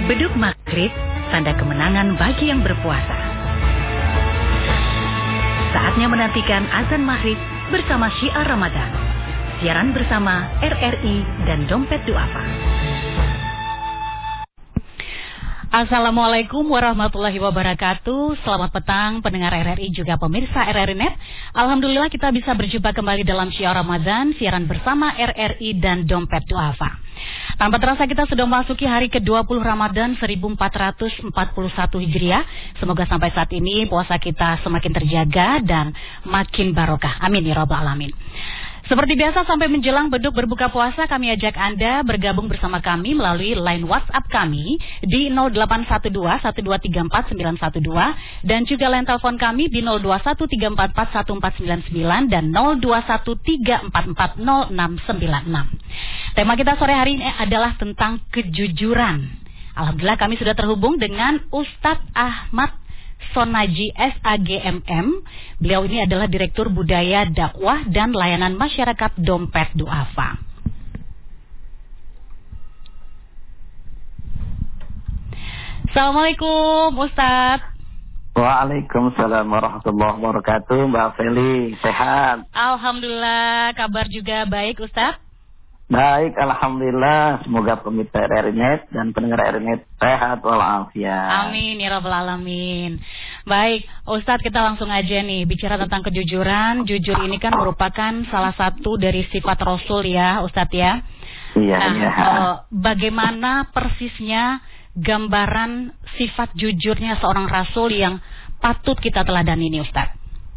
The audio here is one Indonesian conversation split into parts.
Beduk maghrib, tanda kemenangan bagi yang berpuasa. Saatnya menantikan azan maghrib bersama Syiar Ramadan. Siaran bersama RRI dan Dompet Duafa. Assalamualaikum warahmatullahi wabarakatuh. Selamat petang pendengar RRI juga pemirsa RRI Net. Alhamdulillah kita bisa berjumpa kembali dalam Syiar Ramadan, siaran bersama RRI dan Dompet Duafa. Tanpa terasa kita sudah memasuki hari ke-20 Ramadan 1441 Hijriah. Semoga sampai saat ini puasa kita semakin terjaga dan makin barokah. Amin ya rabbal alamin. Seperti biasa sampai menjelang beduk berbuka puasa, kami ajak Anda bergabung bersama kami melalui line WhatsApp kami di 0812-1234-912 dan juga line telepon kami di 0213441499 dan 0213440696. Tema kita sore hari ini adalah tentang kejujuran. Alhamdulillah kami sudah terhubung dengan Ustadz Ahmad Sonaji SAGMM. Beliau ini adalah Direktur Budaya Dakwah dan Layanan Masyarakat Dompet Duafa. Assalamualaikum Ustadz. Waalaikumsalam warahmatullahi wabarakatuh. Mbak Feli, sehat? Alhamdulillah, kabar juga baik Ustadz. Baik, alhamdulillah. Semoga pemirsa RRI Net dan pendengar RRI Net sehat walafiat. Amin ya rabbal alamin. Baik, Ustadz, kita langsung aja nih bicara tentang kejujuran. Jujur ini kan merupakan salah satu dari sifat Rasul ya, Ustadz ya. Iya, nah, iya. Bagaimana persisnya gambaran sifat jujurnya seorang Rasul yang patut kita teladani ini, Ustadz?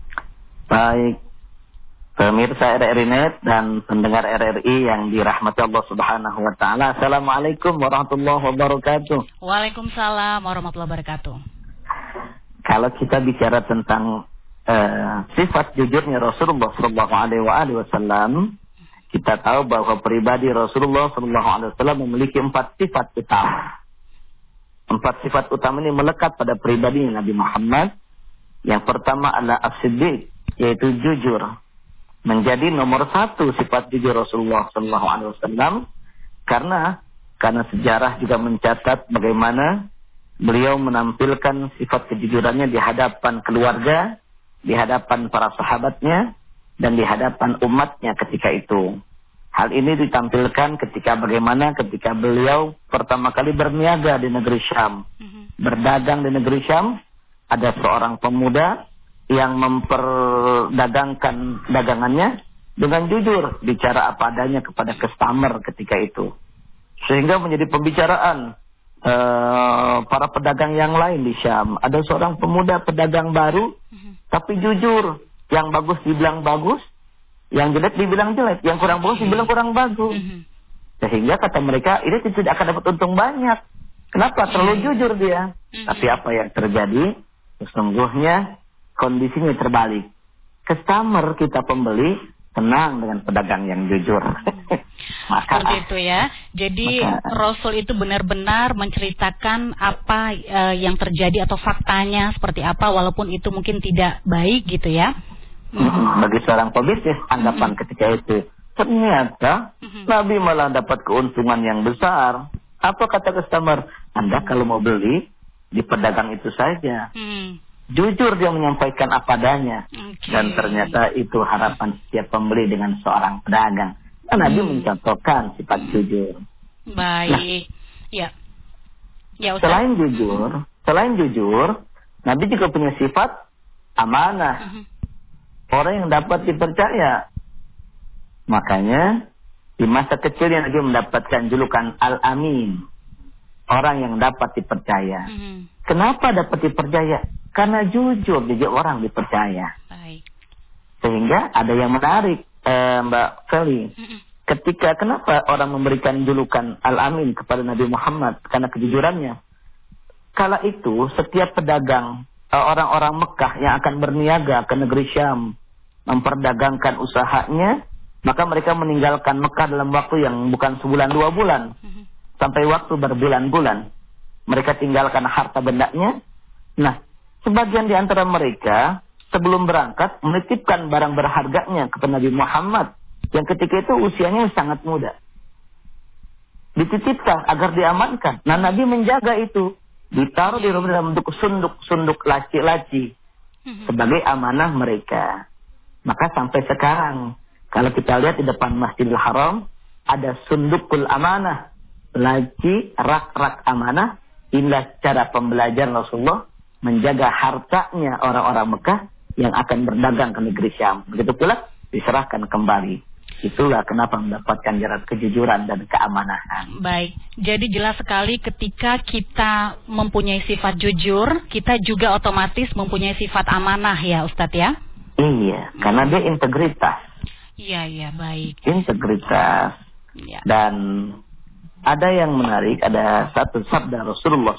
Baik, pemirsa RRI Net dan pendengar RRI yang dirahmati Allah Subhanahu wa taala. Assalamualaikum warahmatullahi wabarakatuh. Waalaikumsalam warahmatullahi wabarakatuh. Kalau kita bicara tentang sifat jujurnya Rasulullah sallallahu alaihi wasallam, kita tahu bahwa pribadi Rasulullah sallallahu alaihi wasallam memiliki 4 sifat utama. 4 sifat utama ini melekat pada pribadi Nabi Muhammad. Yang pertama adalah as-siddiq, yaitu jujur. Menjadi nomor 1 sifat jujur Rasulullah sallallahu alaihi wasallam karena sejarah juga mencatat bagaimana beliau menampilkan sifat kejujurannya di hadapan keluarga, di hadapan para sahabatnya dan di hadapan umatnya ketika itu. Hal ini ditampilkan ketika beliau pertama kali berniaga di negeri Syam. Berdagang di negeri Syam, ada seorang pemuda yang memperdagangkan dagangannya dengan jujur, bicara apa adanya kepada customer ketika itu. Sehingga menjadi pembicaraan para pedagang yang lain di Syam. Ada seorang pemuda pedagang baru, tapi jujur. Yang bagus dibilang bagus, yang jelek dibilang jelek, yang kurang bagus dibilang kurang bagus. Sehingga kata mereka, ini tidak akan dapat untung banyak. Kenapa? Terlalu jujur dia. Tapi apa yang terjadi? Sesungguhnya kondisinya terbalik. Customer kita pembeli tenang dengan pedagang yang jujur. Seperti itu ya. Jadi Rasul itu benar-benar menceritakan apa yang terjadi atau faktanya seperti apa, walaupun itu mungkin tidak baik gitu ya. Bagi seorang pebisnis, anggapan ketika itu ternyata Nabi malah dapat keuntungan yang besar. Apa kata customer? Anda kalau mau beli di pedagang itu saja. Jujur dia menyampaikan apa adanya. Dan ternyata itu harapan setiap pembeli dengan seorang pedagang. Dan Nabi mencontohkan sifat jujur. Baik. Ya, Ustaz. Selain jujur, Nabi juga punya sifat amanah. Orang yang dapat dipercaya. Makanya di masa kecilnya Nabi mendapatkan julukan Al-Amin. Orang yang dapat dipercaya. Kenapa dapat dipercaya? Karena jujur jadi orang dipercaya. Baik. Sehingga ada yang menarik, Mbak Feli. Kenapa orang memberikan julukan Al-Amin kepada Nabi Muhammad? Karena kejujurannya. Kala itu setiap pedagang, orang-orang Mekah yang akan berniaga ke negeri Syam, memperdagangkan usahanya, maka mereka meninggalkan Mekah dalam waktu yang bukan sebulan 2 bulan, sampai waktu berbulan-bulan. Mereka tinggalkan harta bendanya. Nah, sebagian di antara mereka sebelum berangkat menitipkan barang berharganya kepada Nabi Muhammad yang ketika itu usianya sangat muda. dititipkan agar diamankan. Nah, Nabi menjaga itu, ditaruh di rumah dalam bentuk sunduk laci-laci sebagai amanah mereka. Maka sampai sekarang kalau kita lihat di depan Masjidil Haram ada sundukul amanah, laci rak-rak amanah. Inilah cara pembelajaran Rasulullah menjaga hartanya orang-orang Mekah yang akan berdagang ke negeri Syam. Begitu pula diserahkan kembali. Itulah kenapa mendapatkan jarak kejujuran dan keamanan. Baik, jadi jelas sekali ketika kita mempunyai sifat jujur, kita juga otomatis mempunyai sifat amanah ya Ustadz ya? Iya, karena dia integritas. Iya, baik. Integritas. Ya. Dan ada yang menarik, ada satu sabda Rasulullah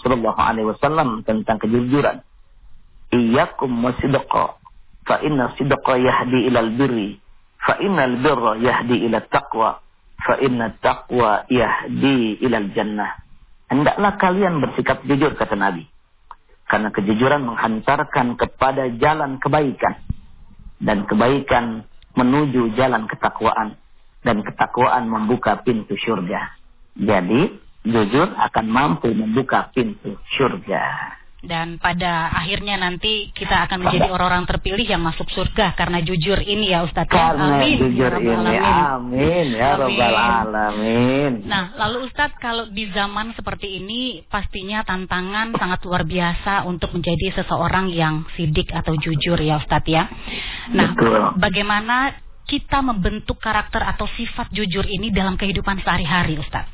SAW tentang kejujuran. Iyyakum wasidqa, fa inna sidqa yahdi ilal birri. Fa innal birra yahdi ila taqwa, fa inna taqwa yahdi ilal jannah. Hendaklah kalian bersikap jujur, kata Nabi. Karena kejujuran menghantarkan kepada jalan kebaikan. Dan kebaikan menuju jalan ketakwaan. Dan ketakwaan membuka pintu syurga. Jadi, jujur akan mampu membuka pintu syurga. Dan pada akhirnya nanti kita akan menjadi orang-orang terpilih yang masuk surga karena jujur ini ya Ustadz. Karena amin. Jujur ini, amin ya Rabbal Alamin. Nah, lalu Ustadz, kalau di zaman seperti ini pastinya tantangan sangat luar biasa untuk menjadi seseorang yang sidik atau jujur ya Ustadz ya. Nah, betul. Bagaimana kita membentuk karakter atau sifat jujur ini dalam kehidupan sehari-hari Ustadz?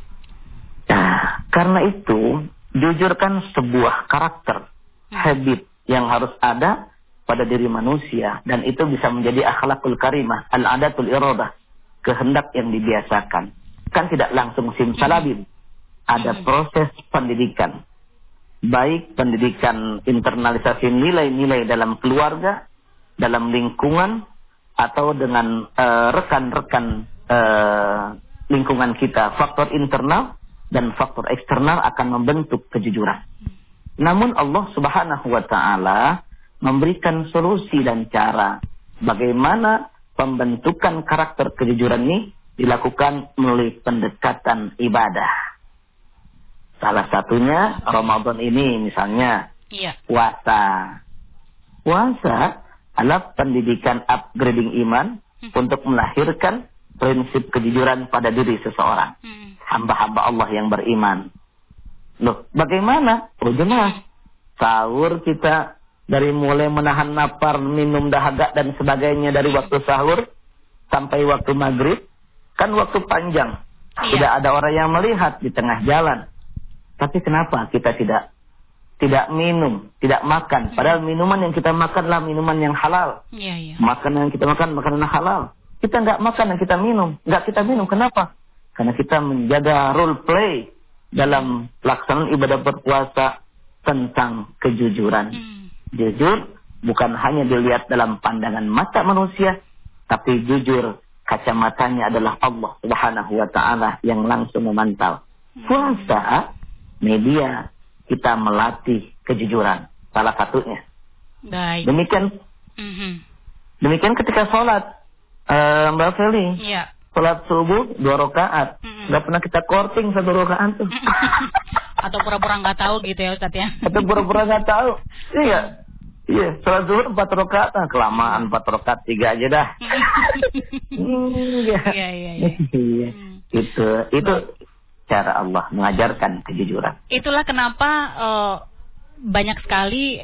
Nah, karena itu jujur kan sebuah karakter, habit yang harus ada pada diri manusia. Dan itu bisa menjadi akhlakul karimah, al-adatul iradah, kehendak yang dibiasakan. Kan tidak langsung simsalabim. Ada proses pendidikan. Baik pendidikan internalisasi nilai-nilai dalam keluarga, dalam lingkungan, atau dengan rekan-rekan lingkungan kita. Faktor internal dan faktor eksternal akan membentuk kejujuran. Namun Allah Subhanahu wa Ta'ala memberikan solusi dan cara bagaimana pembentukan karakter kejujuran ini dilakukan melalui pendekatan ibadah. Salah satunya Ramadan ini misalnya puasa. Puasa adalah pendidikan upgrading iman untuk melahirkan prinsip kejujuran pada diri seseorang. Hamba-hamba Allah yang beriman. Loh, bagaimana? Oh, jelas. Sahur kita dari mulai menahan lapar, minum dahaga dan sebagainya dari waktu sahur sampai waktu maghrib, kan waktu panjang. Tidak ada orang yang melihat di tengah jalan. Tapi kenapa kita tidak minum, tidak makan? Padahal minuman yang kita makan adalah minuman yang halal. Makanan yang kita makan, makanan halal. Kita nggak makan dan kita minum. Nggak kita minum, kenapa? Karena kita menjaga role play dalam pelaksanaan ibadah berpuasa tentang kejujuran. Jujur bukan hanya dilihat dalam pandangan mata manusia, tapi jujur kacamatanya adalah Allah Subhanahu wa Ta'ala yang langsung memantau. Puasa media kita melatih kejujuran, salah satunya. Baik. Demikian ketika sholat, Mbak Feli. Iya. Sholat subuh 2 rakaat. Nggak pernah kita korting 1 rakaat tuh. Atau pura-pura nggak tahu gitu ya Ustadz ya. Atau pura-pura nggak tahu. Iya. Sholat zuhur 4 rakaat. Nah, kelamaan 4 rakaat 3 aja dah. Iya. Itu cara Allah mengajarkan kejujuran. Itulah kenapa banyak sekali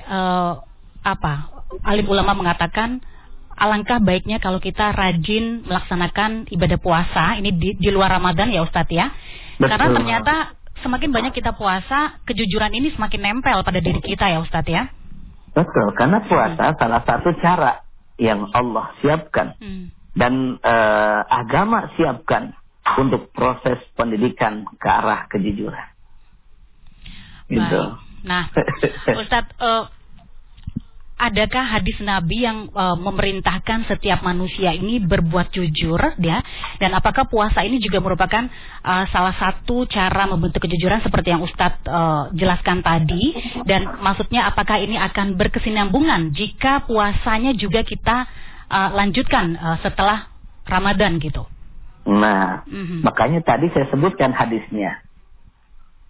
alim ulama mengatakan alangkah baiknya kalau kita rajin melaksanakan ibadah puasa ini di luar Ramadan ya Ustadz ya. Betul. Karena ternyata semakin banyak kita puasa, kejujuran ini semakin nempel pada diri kita ya Ustadz ya. Betul, karena puasa salah satu cara yang Allah siapkan dan agama siapkan untuk proses pendidikan ke arah kejujuran. Gitu. Nah, Ustadz, adakah hadis Nabi yang memerintahkan setiap manusia ini berbuat jujur ya? Dan apakah puasa ini juga merupakan salah satu cara membentuk kejujuran seperti yang Ustadz jelaskan tadi? Dan maksudnya apakah ini akan berkesinambungan jika puasanya juga kita lanjutkan setelah Ramadan gitu? Nah, makanya tadi saya sebutkan hadisnya.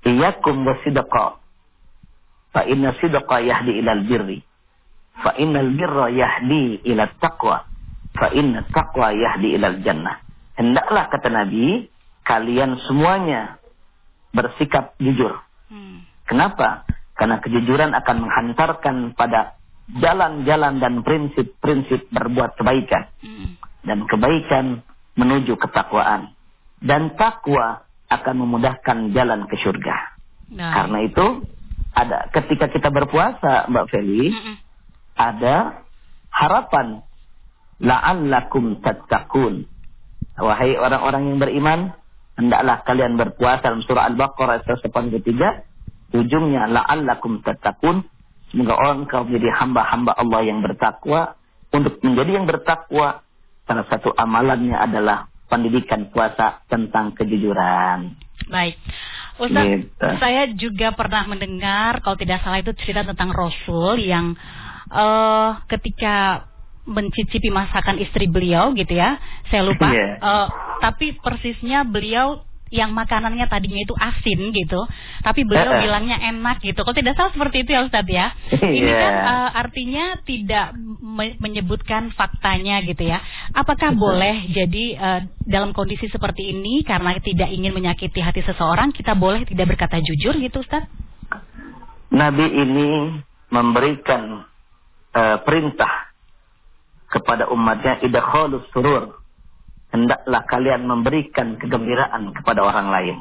Iyyakum wasidqa. Fa inna sidqa yahdi ilal birri. Fa innal birra yahdi ila taqwa. Fa inna taqwa yahdi ilal jannah. Hendaklah, kata Nabi, kalian semuanya bersikap jujur. Kenapa? Karena kejujuran akan menghantarkan pada jalan-jalan dan prinsip-prinsip berbuat kebaikan. Dan kebaikan menuju ketakwaan. Dan takwa akan memudahkan jalan ke surga. Karena itu, ketika kita berpuasa, Mbak Feli, ada harapan. La'allakum tattaqun. Wahai orang-orang yang beriman, hendaklah kalian berpuasa. Dalam surah Al-Baqarah 183, ujungnya la'allakum tattaqun. Semoga engkau menjadi hamba-hamba Allah yang bertakwa. Untuk menjadi yang bertakwa, salah satu amalannya adalah pendidikan puasa tentang kejujuran. Baik, Ustaz, gitu. Saya juga pernah mendengar, kalau tidak salah itu cerita tentang Rasul yang ketika mencicipi masakan istri beliau gitu ya, saya lupa. Tapi persisnya beliau yang makanannya tadinya itu asin gitu, tapi beliau bilangnya enak gitu. Kalau tidak salah seperti itu ya Ustaz ya. Ini kan artinya tidak menyebutkan faktanya gitu ya. Apakah boleh jadi dalam kondisi seperti ini karena tidak ingin menyakiti hati seseorang, kita boleh tidak berkata jujur gitu Ustaz? Nabi ini memberikan perintah kepada umatnya, idkhalus surur. Hendaklah kalian memberikan kegembiraan kepada orang lain.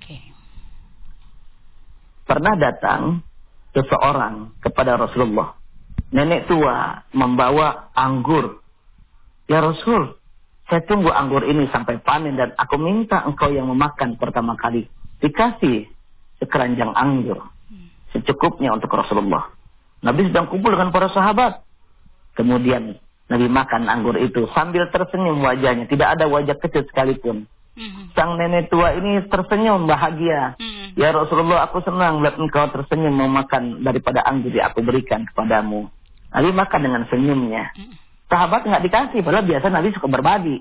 Pernah datang seseorang kepada Rasulullah. Nenek tua membawa anggur. Ya Rasul, saya tunggu anggur ini sampai panen dan aku minta engkau yang memakan pertama kali. Dikasih sekeranjang anggur secukupnya untuk Rasulullah. Nabi sedang kumpul dengan para sahabat. Kemudian Nabi makan anggur itu sambil tersenyum wajahnya. Tidak ada wajah kecut sekalipun. Sang nenek tua ini tersenyum bahagia. Ya Rasulullah, aku senang melihat engkau tersenyum memakan daripada anggur yang aku berikan kepadamu. Nabi makan dengan senyumnya. Sahabat nggak dikasih, padahal biasa Nabi suka berbagi.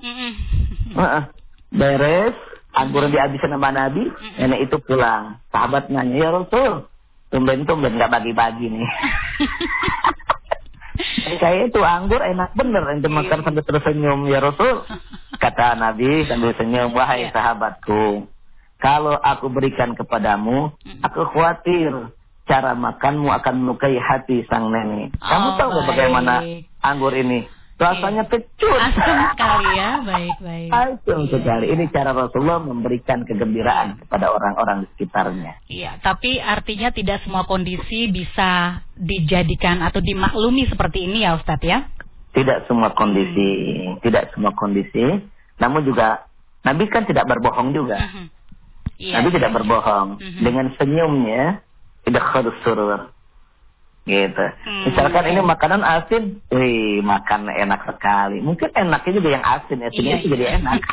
Beres, anggur yang dihabiskan sama Nabi, nenek itu pulang. Sahabat nanya, ya Rasul, tumben-tumben nggak bagi-bagi nih. Kayak itu anggur enak bener, ente makan sambil tersenyum. Ya Rasul, kata Nabi sambil senyum, wahai sahabatku, kalau aku berikan kepadamu, aku khawatir cara makanmu akan melukai hati sang nenek. Kamu tahu gak bagaimana anggur ini? Rasanya kecut. Asam sekali ya, baik. Asam sekali. Ini cara Rasulullah memberikan kegembiraan kepada orang-orang di sekitarnya. Iya, tapi artinya tidak semua kondisi bisa dijadikan atau dimaklumi seperti ini ya Ustadz ya? Tidak semua kondisi. Namun juga Nabi kan tidak berbohong juga. Nabi tidak berbohong. Dengan senyumnya tidak harus surur. Gitu. Misalkan ini makanan asin, makan enak sekali. Mungkin enaknya juga yang asin ya, itu jadi enak.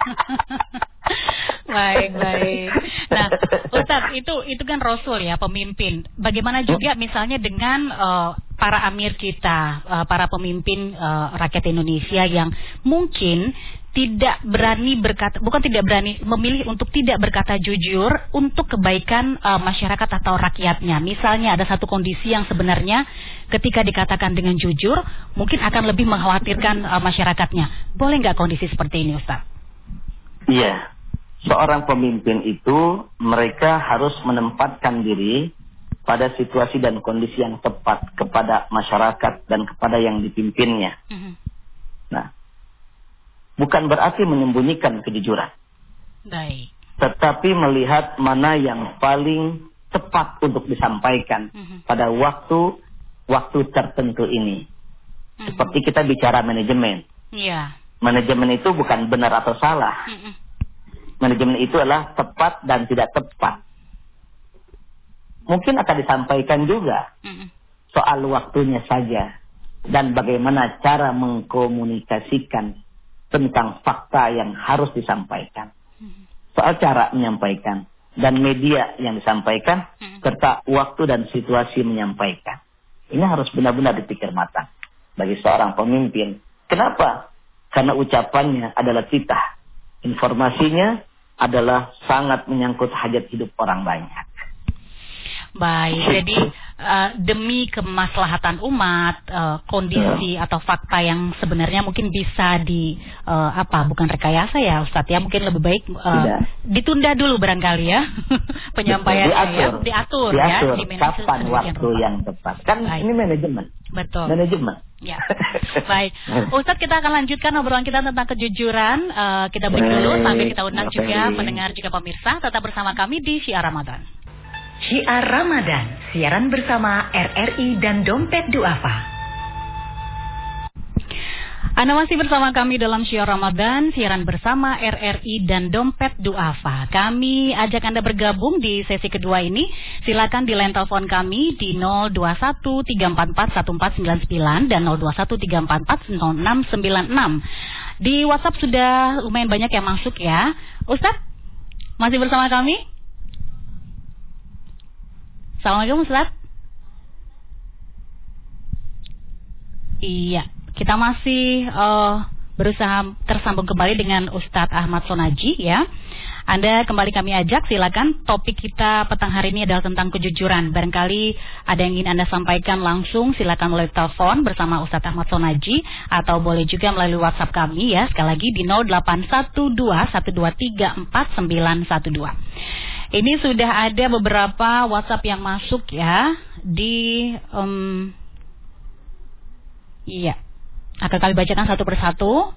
Baik. Nah, Ustadz, itu kan Rasul ya, pemimpin. Bagaimana juga misalnya dengan para amir kita, para pemimpin rakyat Indonesia yang mungkin tidak berani berkata, bukan tidak berani, memilih untuk tidak berkata jujur untuk kebaikan masyarakat atau rakyatnya. Misalnya ada satu kondisi yang sebenarnya ketika dikatakan dengan jujur mungkin akan lebih mengkhawatirkan masyarakatnya. Boleh nggak kondisi seperti ini, Ustaz? Iya, seorang pemimpin itu mereka harus menempatkan diri pada situasi dan kondisi yang tepat kepada masyarakat dan kepada yang dipimpinnya. Nah, bukan berarti menyembunyikan kejujuran. Baik. Tetapi melihat mana yang paling tepat untuk disampaikan pada waktu tertentu ini. Seperti kita bicara manajemen. Iya. Manajemen itu bukan benar atau salah. Manajemen itu adalah tepat dan tidak tepat. Mungkin akan disampaikan juga soal waktunya saja dan bagaimana cara mengkomunikasikan tentang fakta yang harus disampaikan, soal cara menyampaikan dan media yang disampaikan serta waktu dan situasi menyampaikan. Ini harus benar-benar dipikir matang bagi seorang pemimpin. Kenapa? Karena ucapannya adalah titah, informasinya adalah sangat menyangkut hajat hidup orang banyak. Baik, jadi demi kemaslahatan umat, kondisi atau fakta yang sebenarnya mungkin bisa bukan rekayasa ya Ustadz ya, mungkin lebih baik ditunda dulu barangkali ya penyampaiannya, diatur ya, kapan waktu yang tepat. Kan baik. Ini manajemen. Betul. Manajemen. Ya. Baik, Ustadz, kita akan lanjutkan obrolan kita tentang kejujuran. Kita break dulu sambil kita undang juga pendengar juga pemirsa tetap bersama kami di Syiar Ramadan. Syiar Ramadan, siaran bersama RRI dan Dompet Duafa. Anda masih bersama kami dalam Syiar Ramadan, siaran bersama RRI dan Dompet Duafa. Kami ajak Anda bergabung di sesi kedua ini. Silakan di line telepon kami di 0213441499 dan 0213440696. Di WhatsApp sudah lumayan banyak yang masuk ya. Ustadz, masih bersama kami? Assalamualaikum Ustaz. Iya, kita masih berusaha tersambung kembali dengan Ustadz Ahmad Sonaji ya. Anda kembali kami ajak, silakan. Topik kita petang hari ini adalah tentang kejujuran. Barangkali ada yang ingin Anda sampaikan langsung, silakan melalui telepon bersama Ustadz Ahmad Sonaji atau boleh juga melalui WhatsApp kami ya. Sekali lagi di 081212349912. Ini sudah ada beberapa WhatsApp yang masuk ya di iya. Akan kami bacakan satu persatu.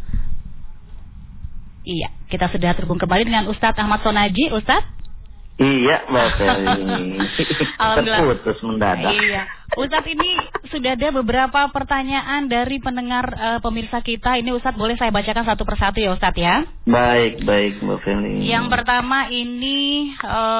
Iya, kita sudah terhubung kembali dengan Ustadz Ahmad Sonaji, Ustadz. Iya, Mbak Feli. Terputus mendadak. Iya, Ustadz, ini sudah ada beberapa pertanyaan dari pendengar pemirsa kita. Ini Ustadz boleh saya bacakan satu persatu ya Ustadz ya? Baik, Mbak Feli. Yang pertama ini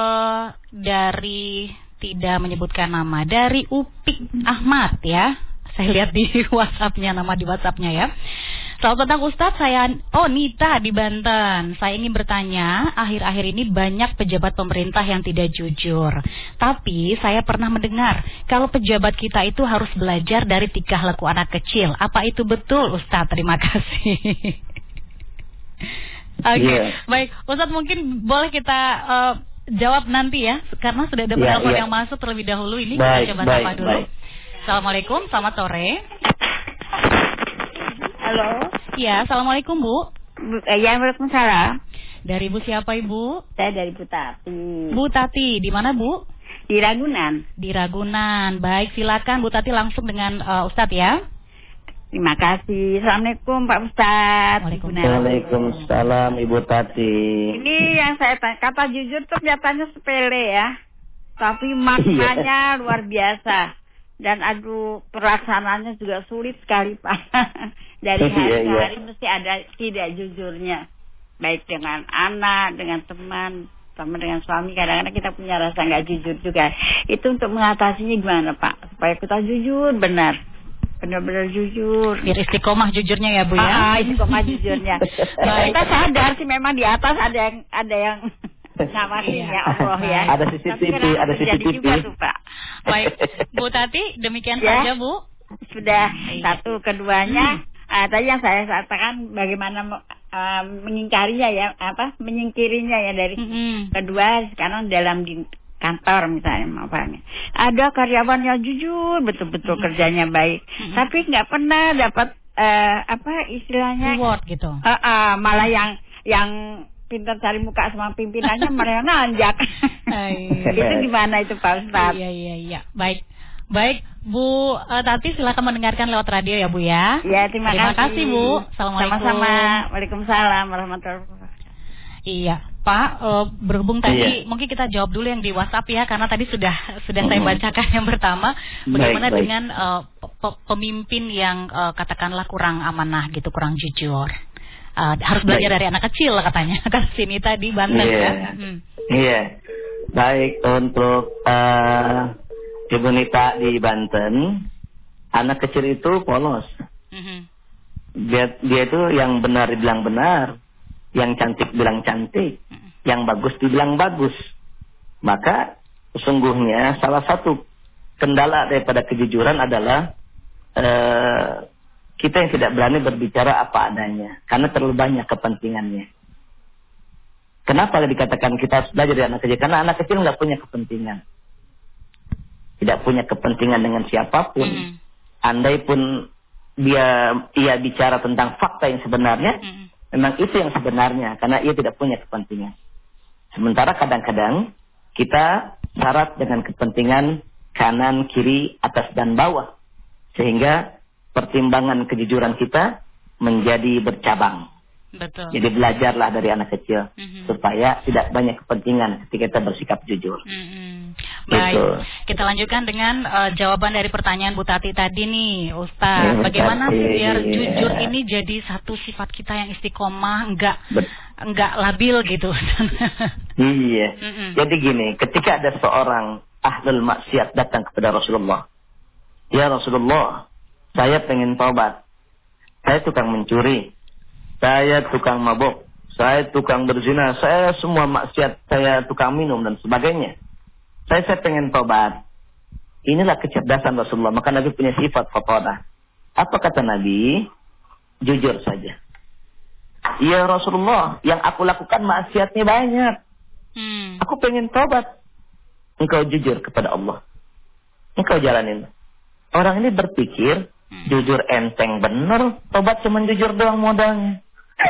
dari tidak menyebutkan nama, dari Upik Ahmad ya. Saya lihat di WhatsApp-nya, nama di WhatsApp-nya ya. Selamat petang Ustadz, Nita di Banten. Saya ingin bertanya, akhir-akhir ini banyak pejabat pemerintah yang tidak jujur. Tapi saya pernah mendengar kalau pejabat kita itu harus belajar dari tingkah laku anak kecil. Apa itu betul Ustadz? Terima kasih. Oke, baik Ustadz, mungkin boleh kita jawab nanti ya, karena sudah ada penelpon yang masuk terlebih dahulu. Ini kita coba sapa dulu. Assalamualaikum, selamat sore. Halo. Ya, assalamualaikum Bu. Ya, waalaikumsalam. Dari Bu siapa Ibu? Saya dari Bu Tati. Bu Tati, di mana Bu? Di Ragunan. Di Ragunan. Baik, silakan Bu Tati langsung dengan Ustadz ya. Terima kasih. Assalamualaikum Pak Ustadz. Waalaikumsalam Ibu Tati. Ini yang saya kata jujur tuh kelihatannya sepele ya, tapi maknanya luar biasa. Dan pelaksanaannya juga sulit sekali Pak. Dari hari ke hari mesti ada tidak jujurnya. Baik dengan anak, dengan teman, sama dengan suami. Kadang-kadang kita punya rasa nggak jujur juga. Itu untuk mengatasinya gimana Pak? Supaya kita jujur benar. Benar-benar jujur. Biar istiqomah jujurnya ya Bu ya. Istiqomah jujurnya. Kita sadar sih memang di atas ada yang ngawasin ya Allah ya. Ada CCTV juga tuh Pak. Baik, Bu Tati, demikian saja Bu. Sudah. Satu, keduanya tadi yang saya katakan bagaimana menyingkirinya ya, dari kedua sekarang dalam di kantor misalnya ada karyawan yang jujur betul-betul kerjanya baik, tapi nggak pernah dapat istilahnya reward gitu. Malah yang pintar cari muka sama pimpinannya mereka nanjak. Itu gimana itu Pak Ustadz? Iya. Baik Bu Tati, silakan mendengarkan lewat radio ya Bu ya. Iya, terima kasih Bu. Assalamualaikum. Sama-sama. Waalaikumsalam warahmatullahi wabarakatuh. Iya Pak, berhubung tadi mungkin kita jawab dulu yang di WhatsApp ya, karena tadi sudah saya bacakan yang pertama. Bagaimana dengan pemimpin yang katakanlah kurang amanah gitu, kurang jujur. Harus belajar dari anak kecil katanya. Kan sini tadi Banten kan. Iya. Baik, untuk Ibu Nita di Banten, anak kecil itu polos. Dia itu yang benar dibilang benar, yang cantik bilang cantik, yang bagus dibilang bagus. Maka sesungguhnya salah satu kendala daripada kejujuran adalah kita yang tidak berani berbicara apa adanya, karena terlalu banyak kepentingannya. Kenapa dikatakan kita harus belajar dari anak kecil? Karena anak kecil nggak punya kepentingan. tidak punya kepentingan dengan siapapun, andai pun ia bicara tentang fakta yang sebenarnya, memang itu yang sebenarnya, karena ia tidak punya kepentingan. Sementara kadang-kadang kita syarat dengan kepentingan kanan, kiri, atas, dan bawah, sehingga pertimbangan kejujuran kita menjadi bercabang. Betul. Jadi belajarlah dari anak kecil supaya tidak banyak kepentingan ketika kita bersikap jujur. Baik, kita lanjutkan dengan jawaban dari pertanyaan Bu Tati tadi nih, Ustaz. Bagaimana sih biar jujur ini jadi satu sifat kita yang istiqomah, enggak labil gitu? Iya. Jadi gini, ketika ada seorang ahlul maksiat datang kepada Rasulullah, ya Rasulullah, saya pengen taubat, saya tukang mencuri, saya tukang mabuk, saya tukang berzina, saya semua maksiat, saya tukang minum dan sebagainya. Saya pengen tobat. Inilah kecerdasan Rasulullah. Maka Nabi punya sifat fatonah. Apa kata Nabi? Jujur saja. Ya Rasulullah, yang aku lakukan maksiatnya banyak. Aku pengen tobat. Engkau jujur kepada Allah. Engkau jalanin. Orang ini berpikir, jujur enteng bener, tobat cuma jujur doang modalnya.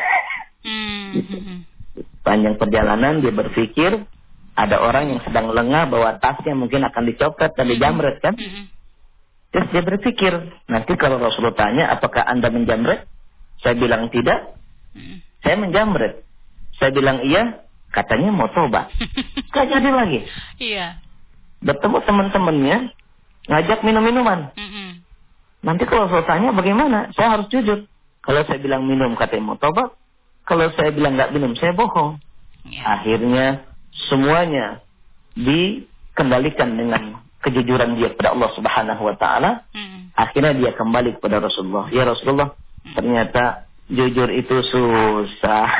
Panjang perjalanan dia berpikir ada orang yang sedang lengah bawa tasnya mungkin akan dicopet dan dijamret kan. Terus dia berpikir, nanti kalau Rasulullah tanya apakah Anda menjamret, saya bilang tidak, saya menjamret. Saya bilang iya, katanya mau tobat. Gak jadi lagi. Iya. Bertemu teman-temannya, ngajak minum-minuman. Nanti kalau Rasulullah tanya bagaimana, saya harus jujur. Kalau saya bilang minum katanya mau tobat, kalau saya bilang nggak minum, saya bohong. Akhirnya semuanya dikendalikan dengan kejujuran dia kepada Allah Subhanahu wa taala. Akhirnya dia kembali kepada Rasulullah. Ya Rasulullah, ternyata jujur itu susah.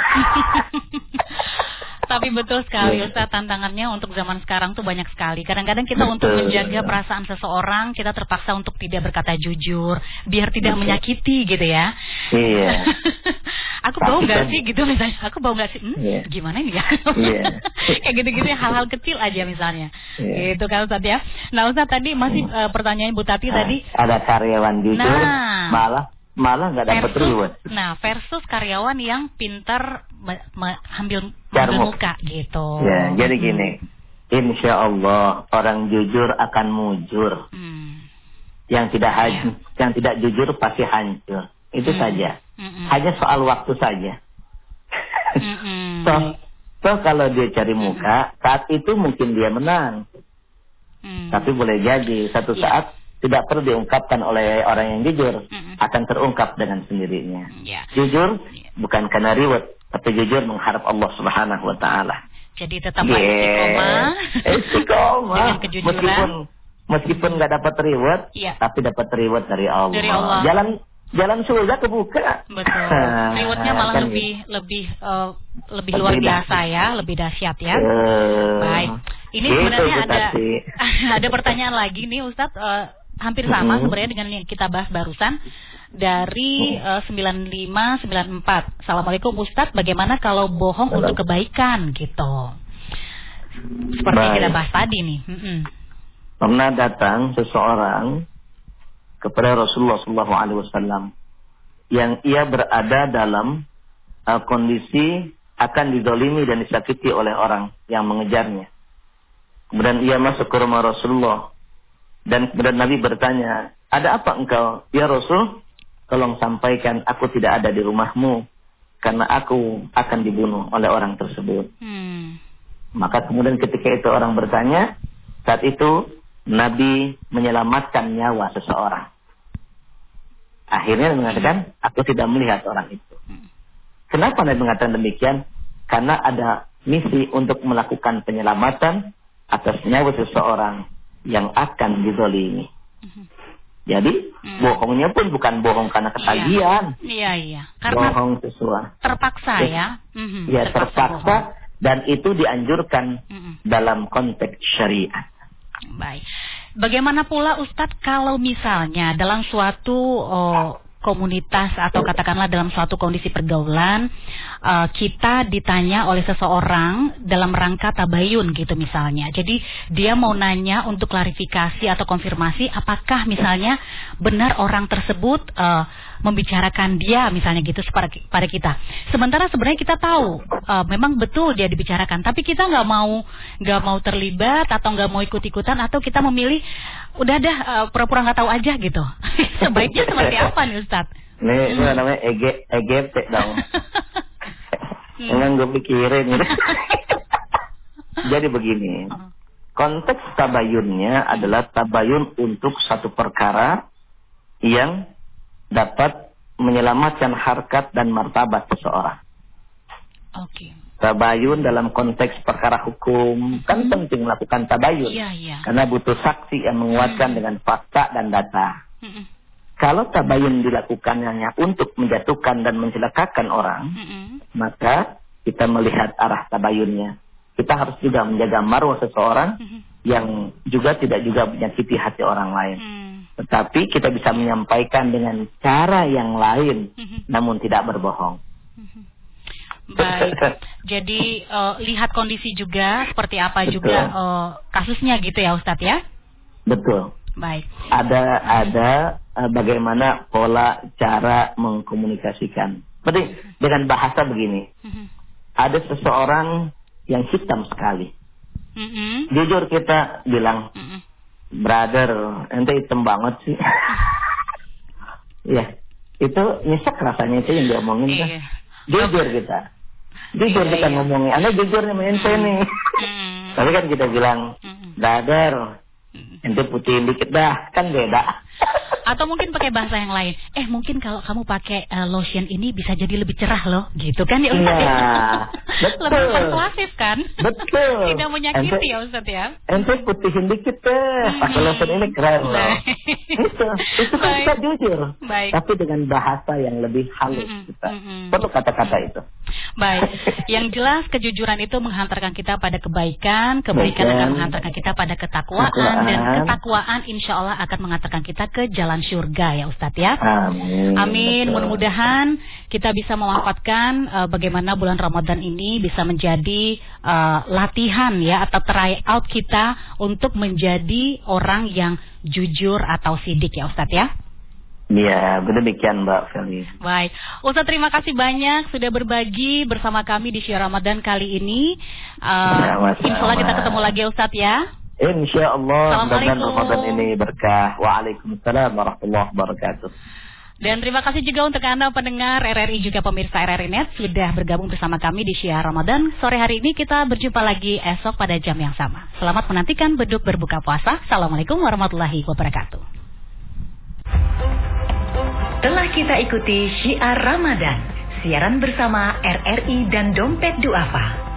Tapi betul sekali Ustaz, tantangannya untuk zaman sekarang tuh banyak sekali. Kadang-kadang kita untuk menjaga perasaan seseorang, kita terpaksa untuk tidak berkata jujur, biar tidak menyakiti gitu ya. Iya. Aku bau nggak sih gitu misalnya, aku bau nggak sih, gimana ini ya? Kayak gitu-gitu ya, hal-hal kecil aja misalnya. Gitu kan Ustaz ya. Nah Ustaz tadi masih pertanyaan Bu Tati tadi. Ada karyawan jujur, malah nggak dapat reward. Nah, versus karyawan yang pintar ambil muka gitu. Ya, jadi gini, insya Allah orang jujur akan mujur. Yang tidak jujur pasti hancur. Itu saja. Hanya soal waktu saja. So kalau dia cari muka, saat itu mungkin dia menang. Tapi boleh jadi satu saat tidak perlu diungkapkan oleh orang yang jujur, akan terungkap dengan sendirinya. Jujur bukan karena reward, tapi jujur mengharap Allah Subhanahu wa taala. Jadi tetaplah istiqomah. Dengan kejujuran. Meskipun nggak dapat reward, tapi dapat reward dari Allah. Dari Allah. Jalan surga kebuka. Betul. Rewardnya malah lebih luar biasa ya, lebih dahsyat ya. Baik. Ini sebenarnya ada pertanyaan lagi nih Ustadz. Hampir sama sebenarnya dengan yang kita bahas barusan dari 9594. Assalamualaikum Ustadz, bagaimana kalau bohong untuk kebaikan gitu? Seperti yang kita bahas tadi nih. Pernah datang seseorang kepada Rasulullah SAW yang ia berada dalam kondisi akan dizalimi dan disakiti oleh orang yang mengejarnya. Kemudian ia masuk ke rumah Rasulullah. Dan kemudian Nabi bertanya, ada apa engkau? Ya Rasul, tolong sampaikan aku tidak ada di rumahmu, karena aku akan dibunuh oleh orang tersebut. Maka kemudian ketika itu orang bertanya, saat itu Nabi menyelamatkan nyawa seseorang. Akhirnya mengatakan, aku tidak melihat orang itu. Kenapa Nabi mengatakan demikian? Karena ada misi untuk melakukan penyelamatan atas nyawa seseorang yang akan dizalimi. Jadi bohongnya pun bukan bohong karena ketagihan. Iya. Karena bohong sesuatu. Terpaksa ya. Ya terpaksa dan itu dianjurkan dalam konteks syariat. Baik. Bagaimana pula Ustadz kalau misalnya dalam suatu komunitas atau katakanlah dalam suatu kondisi pergaulan, kita ditanya oleh seseorang dalam rangka tabayun gitu misalnya. Jadi dia mau nanya untuk klarifikasi atau konfirmasi apakah misalnya benar orang tersebut membicarakan dia misalnya gitu pada kita. Sementara sebenarnya kita tahu memang betul dia dibicarakan, tapi kita nggak mau terlibat atau nggak mau ikut-ikutan, atau kita memilih udah dah pura-pura nggak tahu aja gitu. Sebaiknya seperti apa nih Ustadz? Ini namanya EGT dong. Memang gue pikirin. Jadi begini, konteks tabayunnya adalah tabayun untuk satu perkara yang dapat menyelamatkan harkat dan martabat seseorang. Oke. Tabayun dalam konteks perkara hukum kan penting melakukan tabayun, karena butuh saksi yang menguatkan dengan fakta dan data. Kalau tabayun dilakukan hanya untuk menjatuhkan dan mencelakakan orang, maka kita melihat arah tabayunnya. Kita harus juga menjaga marwah seseorang yang juga tidak juga menyakiti hati orang lain. Tetapi kita bisa menyampaikan dengan cara yang lain, namun tidak berbohong. Baik, jadi lihat kondisi juga seperti apa. Betul. Juga kasusnya gitu ya Ustadz ya? Betul. Baik. Ada bagaimana pola cara mengkomunikasikan. Seperti dengan bahasa begini. Ada seseorang yang hitam sekali. Jujur kita bilang, brother, ente hitam banget sih. Ya, itu nyesek rasanya itu yang diomongin kan. Jujur kita. Jujur kita ngomongin. Anda jujur nih main saya nih. Tapi kan kita bilang, brother, ente putihin dikit dah, kan beda. Atau mungkin pakai bahasa yang lain. Mungkin kalau kamu pakai lotion ini bisa jadi lebih cerah loh, gitu kan ya Ustaz? Nah, betul. Lebih persuasif kan? Betul. Tidak menyakiti ya Ustaz ya? Ente putihin dikit deh, pakai lotion ini keren loh. Itu kan kita jujur. Baik. Tapi dengan bahasa yang lebih halus kita. Perlu kata-kata itu. Baik. Yang jelas kejujuran itu menghantarkan kita pada kebaikan akan menghantarkan kita pada ketakwaan, dan ketakwaan insya Allah akan mengantarkan kita ke jalan surga ya Ustadz ya. Amin. Mudah-mudahan kita bisa memanfaatkan bagaimana bulan Ramadan ini bisa menjadi latihan ya, atau try out kita untuk menjadi orang yang jujur atau sidik ya Ustadz ya. Iya, demikian Mbak Feli. Baik, Ustadz terima kasih banyak sudah berbagi bersama kami di Syiar Ramadan kali ini. Insya Allah kita ketemu lagi Ustadz ya. Insya Allah mudah-mudahan Ramadan ini berkah. Waalaikumsalam warahmatullahi wabarakatuh. Dan terima kasih juga untuk Anda pendengar RRI juga pemirsa RRI Net sudah bergabung bersama kami di Syiar Ramadan. Sore hari ini kita berjumpa lagi esok pada jam yang sama. Selamat menantikan beduk berbuka puasa. Assalamualaikum warahmatullahi wabarakatuh. Telah kita ikuti Syiar Ramadan, siaran bersama RRI dan Dompet Duafa.